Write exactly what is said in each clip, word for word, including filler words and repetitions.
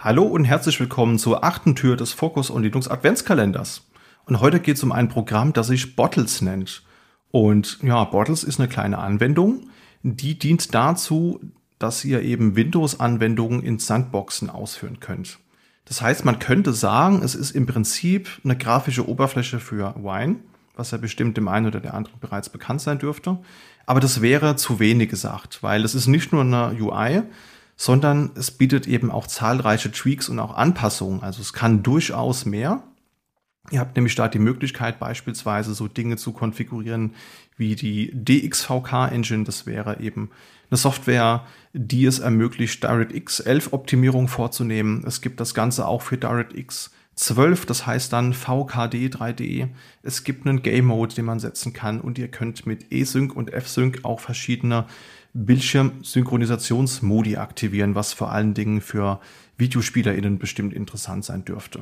Hallo und herzlich willkommen zur achten Tür des Focus on Linux Adventskalenders. Und heute geht es um ein Programm, das sich Bottles nennt. Und ja, Bottles ist eine kleine Anwendung, die dient dazu, dass ihr eben Windows-Anwendungen in Sandboxen ausführen könnt. Das heißt, man könnte sagen, es ist im Prinzip eine grafische Oberfläche für Wine, was ja bestimmt dem einen oder der anderen bereits bekannt sein dürfte. Aber das wäre zu wenig gesagt, weil es ist nicht nur eine U I, sondern es bietet eben auch zahlreiche Tweaks und auch Anpassungen. Also es kann durchaus mehr. Ihr habt nämlich da die Möglichkeit, beispielsweise so Dinge zu konfigurieren wie die D X V K-Engine. Das wäre eben eine Software, die es ermöglicht, DirectX elf Optimierung vorzunehmen. Es gibt das Ganze auch für DirectX zwölf, das heißt dann V K D drei D. Es gibt einen Game-Mode, den man setzen kann, und ihr könnt mit E-Sync und F-Sync auch verschiedene Bildschirmsynchronisationsmodi aktivieren, was vor allen Dingen für VideospielerInnen bestimmt interessant sein dürfte.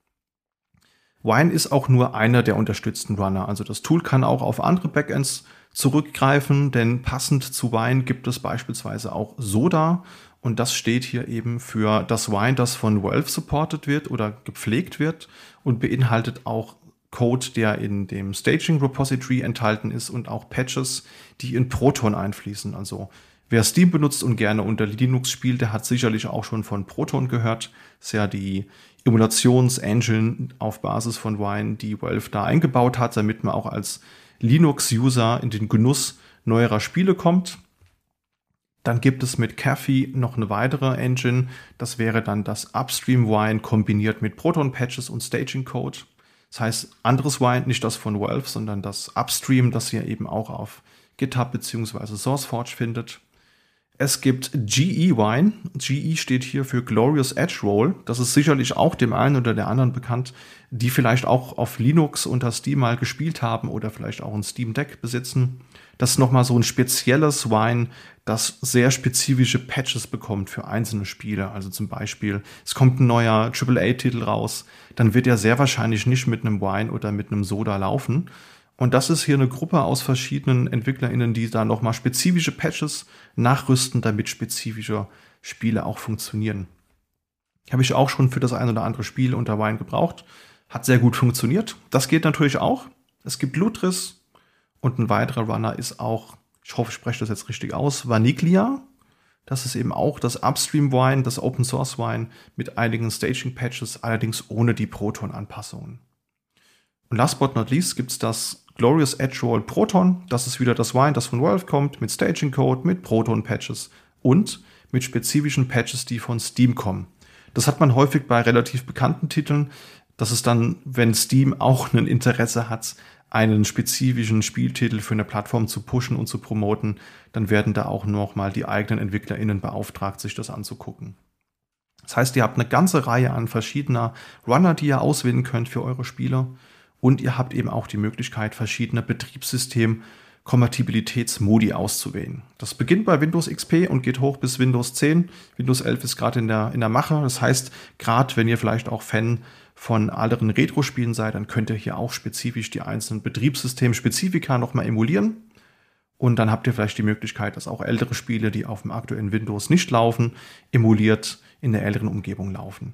Wine ist auch nur einer der unterstützten Runner. Also das Tool kann auch auf andere Backends zurückgreifen, denn passend zu Wine gibt es beispielsweise auch Soda. Und das steht hier eben für das Wine, das von Valve supported wird oder gepflegt wird und beinhaltet auch Code, der in dem Staging Repository enthalten ist und auch Patches, die in Proton einfließen. Also wer Steam benutzt und gerne unter Linux spielt, der hat sicherlich auch schon von Proton gehört. Das ist ja die Emulations-Engine auf Basis von Wine, die Valve da eingebaut hat, damit man auch als Linux-User in den Genuss neuerer Spiele kommt. Dann gibt es mit Caffey noch eine weitere Engine. Das wäre dann das Upstream Wine kombiniert mit Proton-Patches und Staging-Code. Das heißt, anderes Wine, nicht das von Valve, sondern das Upstream, das ihr eben auch auf GitHub bzw. SourceForge findet. Es gibt G E Wine. G E steht hier für Glorious Edge Roll. Das ist sicherlich auch dem einen oder der anderen bekannt, die vielleicht auch auf Linux unter Steam mal gespielt haben oder vielleicht auch ein Steam Deck besitzen. Das ist nochmal so ein spezielles Wine, das sehr spezifische Patches bekommt für einzelne Spiele. Also zum Beispiel, es kommt ein neuer Triple A-Titel raus, dann wird er sehr wahrscheinlich nicht mit einem Wine oder mit einem Soda laufen. Und das ist hier eine Gruppe aus verschiedenen EntwicklerInnen, die da nochmal spezifische Patches nachrüsten, damit spezifische Spiele auch funktionieren. Habe ich auch schon für das ein oder andere Spiel unter Wine gebraucht. Hat sehr gut funktioniert. Das geht natürlich auch. Es gibt Lutris und ein weiterer Runner ist auch, ich hoffe, ich spreche das jetzt richtig aus, Vaniglia. Das ist eben auch das Upstream Wine, das Open Source Wine mit einigen Staging Patches, allerdings ohne die Proton-Anpassungen. Und last but not least gibt es das Glorious Edge Roll Proton. Das ist wieder das Wine, das von Valve kommt, mit Staging Code, mit Proton-Patches und mit spezifischen Patches, die von Steam kommen. Das hat man häufig bei relativ bekannten Titeln. Das ist dann, wenn Steam auch ein Interesse hat, einen spezifischen Spieltitel für eine Plattform zu pushen und zu promoten, dann werden da auch noch mal die eigenen EntwicklerInnen beauftragt, sich das anzugucken. Das heißt, ihr habt eine ganze Reihe an verschiedener Runner, die ihr auswählen könnt für eure Spiele. Und ihr habt eben auch die Möglichkeit, verschiedene Betriebssystem-Kompatibilitätsmodi auszuwählen. Das beginnt bei Windows X P und geht hoch bis Windows zehn. Windows elf ist gerade in der, in der Mache. Das heißt, gerade wenn ihr vielleicht auch Fan von anderen Retro-Spielen seid, dann könnt ihr hier auch spezifisch die einzelnen Betriebssystem-Spezifika nochmal emulieren. Und dann habt ihr vielleicht die Möglichkeit, dass auch ältere Spiele, die auf dem aktuellen Windows nicht laufen, emuliert in der älteren Umgebung laufen.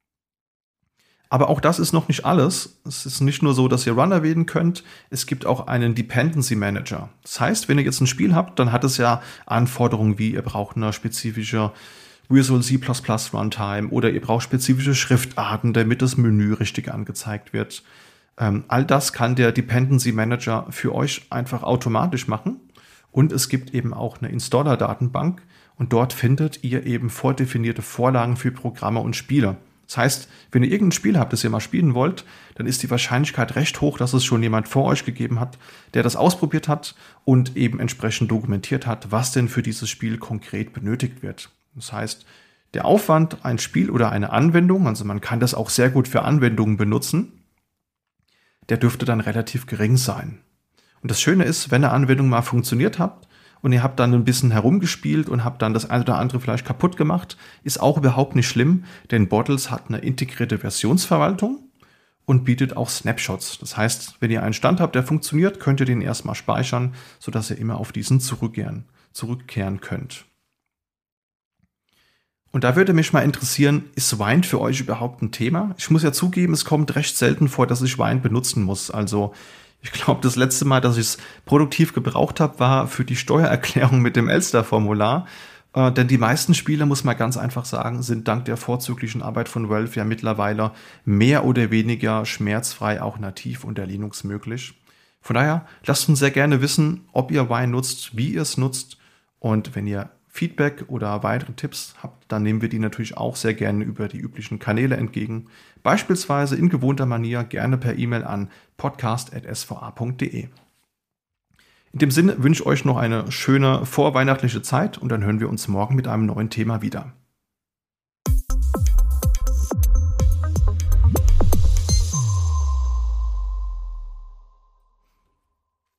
Aber auch das ist noch nicht alles. Es ist nicht nur so, dass ihr Runner wählen könnt. Es gibt auch einen Dependency Manager. Das heißt, wenn ihr jetzt ein Spiel habt, dann hat es ja Anforderungen wie, ihr braucht eine spezifische Visual C plus plus Runtime oder ihr braucht spezifische Schriftarten, damit das Menü richtig angezeigt wird. Ähm, all das kann der Dependency Manager für euch einfach automatisch machen. Und es gibt eben auch eine Installer-Datenbank und dort findet ihr eben vordefinierte Vorlagen für Programme und Spiele. Das heißt, wenn ihr irgendein Spiel habt, das ihr mal spielen wollt, dann ist die Wahrscheinlichkeit recht hoch, dass es schon jemand vor euch gegeben hat, der das ausprobiert hat und eben entsprechend dokumentiert hat, was denn für dieses Spiel konkret benötigt wird. Das heißt, der Aufwand, ein Spiel oder eine Anwendung, also man kann das auch sehr gut für Anwendungen benutzen, der dürfte dann relativ gering sein. Und das Schöne ist, wenn eine Anwendung mal funktioniert hat, und ihr habt dann ein bisschen herumgespielt und habt dann das eine oder andere vielleicht kaputt gemacht, ist auch überhaupt nicht schlimm, denn Bottles hat eine integrierte Versionsverwaltung und bietet auch Snapshots. Das heißt, wenn ihr einen Stand habt, der funktioniert, könnt ihr den erstmal speichern, sodass ihr immer auf diesen zurückkehren, zurückkehren könnt. Und da würde mich mal interessieren, ist Wine für euch überhaupt ein Thema? Ich muss ja zugeben, es kommt recht selten vor, dass ich Wine benutzen muss. Also ich glaube, das letzte Mal, dass ich es produktiv gebraucht habe, war für die Steuererklärung mit dem Elster-Formular. Äh, denn die meisten Spiele, muss man ganz einfach sagen, sind dank der vorzüglichen Arbeit von Valve ja mittlerweile mehr oder weniger schmerzfrei auch nativ unter Linux möglich. Von daher, lasst uns sehr gerne wissen, ob ihr Wine nutzt, wie ihr es nutzt. Und wenn ihr Feedback oder weitere Tipps habt, dann nehmen wir die natürlich auch sehr gerne über die üblichen Kanäle entgegen. Beispielsweise in gewohnter Manier gerne per E-Mail an podcast at s v a punkt d e. In dem Sinne wünsche ich euch noch eine schöne vorweihnachtliche Zeit und dann hören wir uns morgen mit einem neuen Thema wieder.